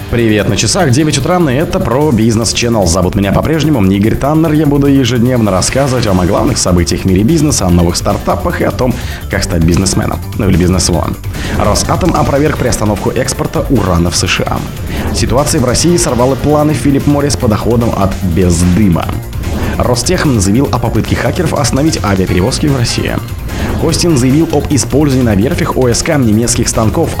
Привет, на часах 9 утра, и это про Бизнес Channel. Зовут меня по-прежнему Игорь Таннер. Я буду ежедневно рассказывать вам о главных событиях в мире бизнеса, о новых стартапах и о том, как стать бизнесменом, или бизнесвумен. Росатом опроверг приостановку экспорта урана в США. Ситуация в России сорвала планы Philip Morris по доходам от бездыма. Ростех заявил о попытке хакеров остановить авиаперевозки в России. Костин заявил об использовании на верфях ОСК немецких станков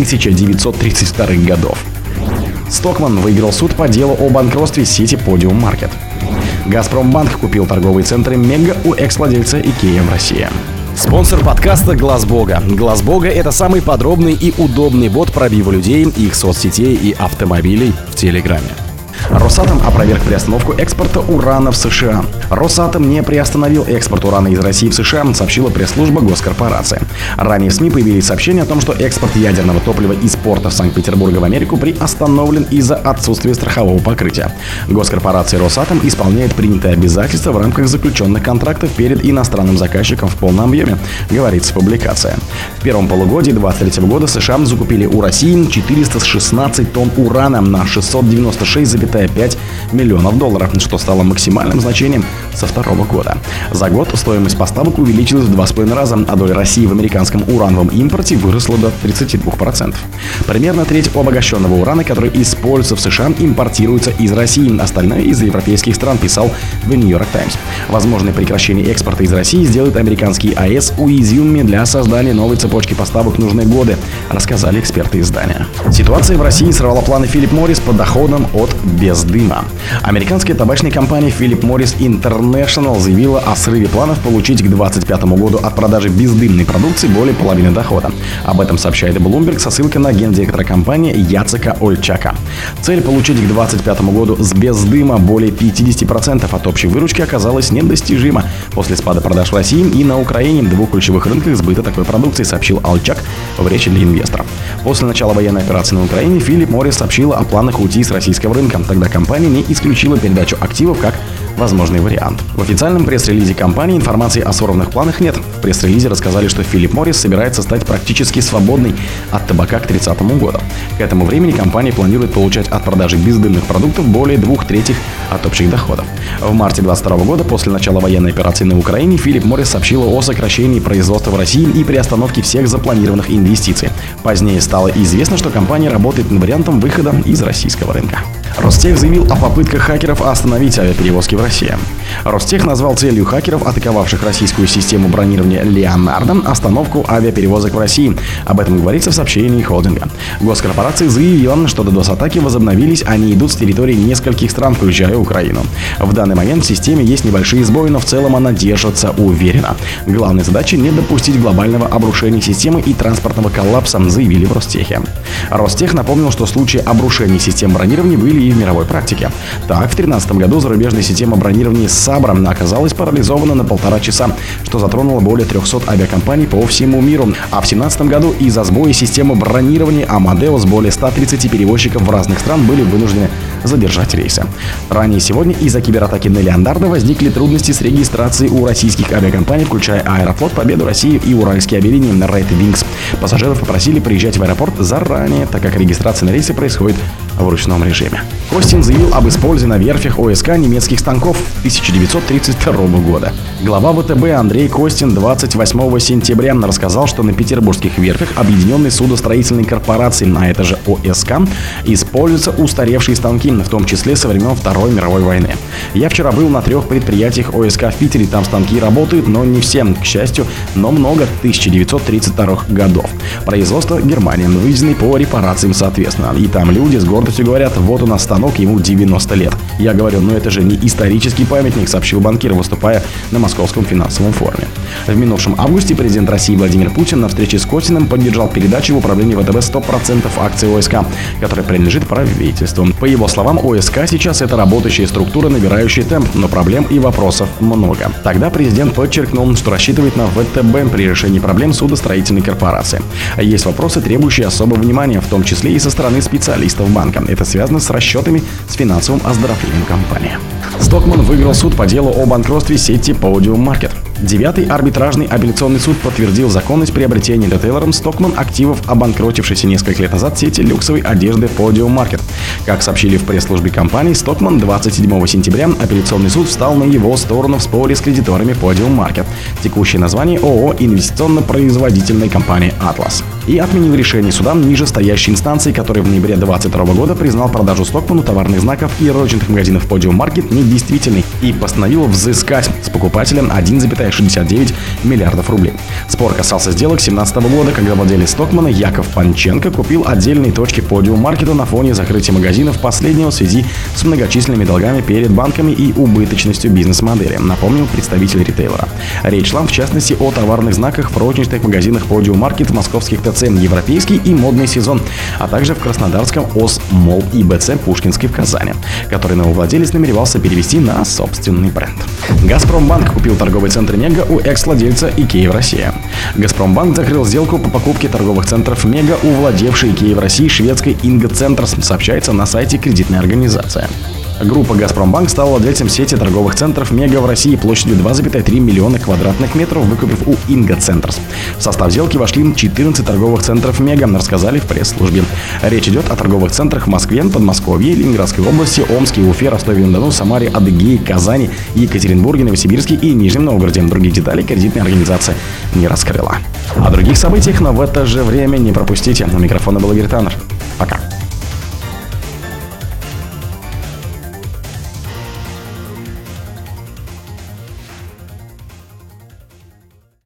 1932 годов. Стокман выиграл суд по делу о банкротстве сети Podium Market. Газпромбанк купил торговые центры Мега у экс-владельца Икея в России. Спонсор подкаста Глаз Бога. Глаз Бога — это самый подробный и удобный бот пробива людей, их соцсетей и автомобилей в Телеграме. Росатом опроверг приостановку экспорта урана в США. Росатом не приостановил экспорт урана из России в США, сообщила пресс-служба госкорпорации. Ранее в СМИ появились сообщения о том, что экспорт ядерного топлива из порта Санкт-Петербурга в Америку приостановлен из-за отсутствия страхового покрытия. Госкорпорация Росатом исполняет принятые обязательства в рамках заключенных контрактов перед иностранным заказчиком в полном объеме, говорится в публикации. В первом полугодии 2023 года США закупили у России 416 тонн урана на 696,5 миллионов долларов, что стало максимальным значением со второго года. За год стоимость поставок увеличилась в 2,5 раза, а доля России в американском урановом импорте выросла до 32%. Примерно треть обогащенного урана, который используется в США, импортируется из России, остальное из европейских стран, писал The New York Times. Возможное прекращение экспорта из России сделает американские АЭС уязвимыми для создания новой цепочки поставок в нужные годы, рассказали эксперты издания. Ситуация в России сорвала планы Philip Morris по доходам от бездыма. Американская табачная компания Philip Morris International заявила о срыве планов получить к 2025 году от продажи бездымной продукции более половины дохода. Об этом сообщает Bloomberg со ссылкой на гендиректора компании Яцека Ольчака. Цель получить к 2025 году с бездыма более 50% от общей выручки оказалась недостижима после спада продаж в России и на Украине, двух ключевых рынках сбыта такой продукции, сообщил Ольчак в речи для инвесторов. После начала военной операции на Украине Philip Morris сообщила о планах уйти с российского рынка. Тогда компания не исключила передачу активов как возможный вариант. В официальном пресс-релизе компании информации о сорванных планах нет. В пресс-релизе рассказали, что Philip Morris собирается стать практически свободной от табака к 2030 году. К этому времени компания планирует получать от продажи бездымных продуктов более 2/3 от общих доходов. В марте 2022 года, после начала военной операции на Украине, Philip Morris сообщила о сокращении производства в России и приостановке всех запланированных инвестиций. Позднее стало известно, что компания работает над вариантом выхода из российского рынка. Ростех заявил о попытках хакеров остановить авиаперевозки в России. Ростех назвал целью хакеров, атаковавших российскую систему бронирования «Леонардо», остановку авиаперевозок в России. Об этом говорится в сообщении холдинга. Госкорпорация заявила, что DDoS-атаки возобновились, они идут с территории нескольких стран, включая Украину. В данный момент в системе есть небольшие сбои, но в целом она держится уверенно. Главная задача — не допустить глобального обрушения системы и транспортного коллапса, заявили в Ростехе. Ростех напомнил, что случаи обрушения систем бронирования были и в мировой практике. Так, в 2013 году зарубежная система бронирования Сабра оказалась парализована на 1,5 часа, что затронуло более 300 авиакомпаний по всему миру. А в 2017 году из-за сбоя системы бронирования Amadeus более 130 перевозчиков в разных стран были вынуждены задержать рейсы. Ранее сегодня из-за кибератаки на Леонардо возникли трудности с регистрацией у российских авиакомпаний, включая Аэрофлот, Победу России и Уральские авиалинии Red Wings. Пассажиров попросили приезжать в аэропорт заранее, так как регистрация на рейсы происходит в ручном режиме. Костин заявил об использовании на верфях ОСК немецких станков 1932 года. Глава ВТБ Андрей Костин 28 сентября рассказал, что на петербургских верфях Объединенной судостроительной корпорации, а это же ОСК, используются устаревшие станки, в том числе со времен Второй мировой войны. Я вчера был на 3 предприятиях ОСК в Питере, там станки работают, но не все, к счастью, но много 1932 годов. Производство Германии, вывезенный по репарациям соответственно. И там люди с гордостью говорят: вот у нас станок, ему 90 лет. Я говорю: ну это же не исторический памятник, сообщил банкир, выступая на Московском финансовом форуме. В минувшем августе президент России Владимир Путин на встрече с Костиным поддержал передачу в управление ВТБ 100% акций ОСК, которая принадлежит правительству. По его словам, ОСК сейчас это работающая структура, набирающая темп, но проблем и вопросов много. Тогда президент подчеркнул, что рассчитывает на ВТБ при решении проблем судостроительной корпорации. Есть вопросы, требующие особого внимания, в том числе и со стороны специалистов банка. Это связано с расчетами с финансовым оздоровлением компании. Стокман выиграл суд по делу о банкротстве сети Podium Market. Девятый арбитражный апелляционный суд подтвердил законность приобретения ритейлером Stockmann активов обанкротившейся несколько лет назад сети люксовой одежды Podium Market. Как сообщили в пресс-службе компании Stockmann, 27 сентября апелляционный суд встал на его сторону в споре с кредиторами Podium Market, текущее название ООО инвестиционно-производительной компании Atlas, и отменил решение суда нижестоящей инстанции, который в ноябре 2022 года признал продажу Stockmann товарных знаков и розничных магазинов Podium Market недействительной и постановил взыскать с покупателя 1,69 миллиардов рублей. Спор касался сделок 2017 года, когда владелец Stockmann Яков Панченко купил отдельные точки Podium Market на фоне закрытия магазинов последнего в связи с многочисленными долгами перед банками и убыточностью бизнес-модели, напомнил представитель ритейлера. Речь шла в частности о товарных знаках в розничных магазинах Podium Market в московских ТЦ «Европейский» и «Модный сезон», а также в краснодарском ОС Молл и БЦ «Пушкинский» в Казани, который новый владелец намеревался перевести на собственный бренд. Газпромбанк купил торговый центр «Мега» у экс-владельца Икеи в России. Газпромбанк закрыл сделку по покупке торговых центров «Мега» у владевшей Икеи в России шведской Инга Центрс, сообщается на сайте кредитной организации. Группа «Газпромбанк» стала владельцем сети торговых центров «Мега» в России площадью 2,3 миллиона квадратных метров, выкупив у Инга Центрс. В состав сделки вошли 14 торговых центров «Мега», рассказали в пресс-службе. Речь идет о торговых центрах в Москве, Подмосковье, Ленинградской области, Омске, Уфе, Ростове-на-Дону, Самаре, Адыгее, Казани, Екатеринбурге, Новосибирске и Нижнем Новгороде. Других деталей кредитная организация не раскрыла. О других событиях, но в это же время не пропустите. У микрофона был Игорь Таннер. Пока.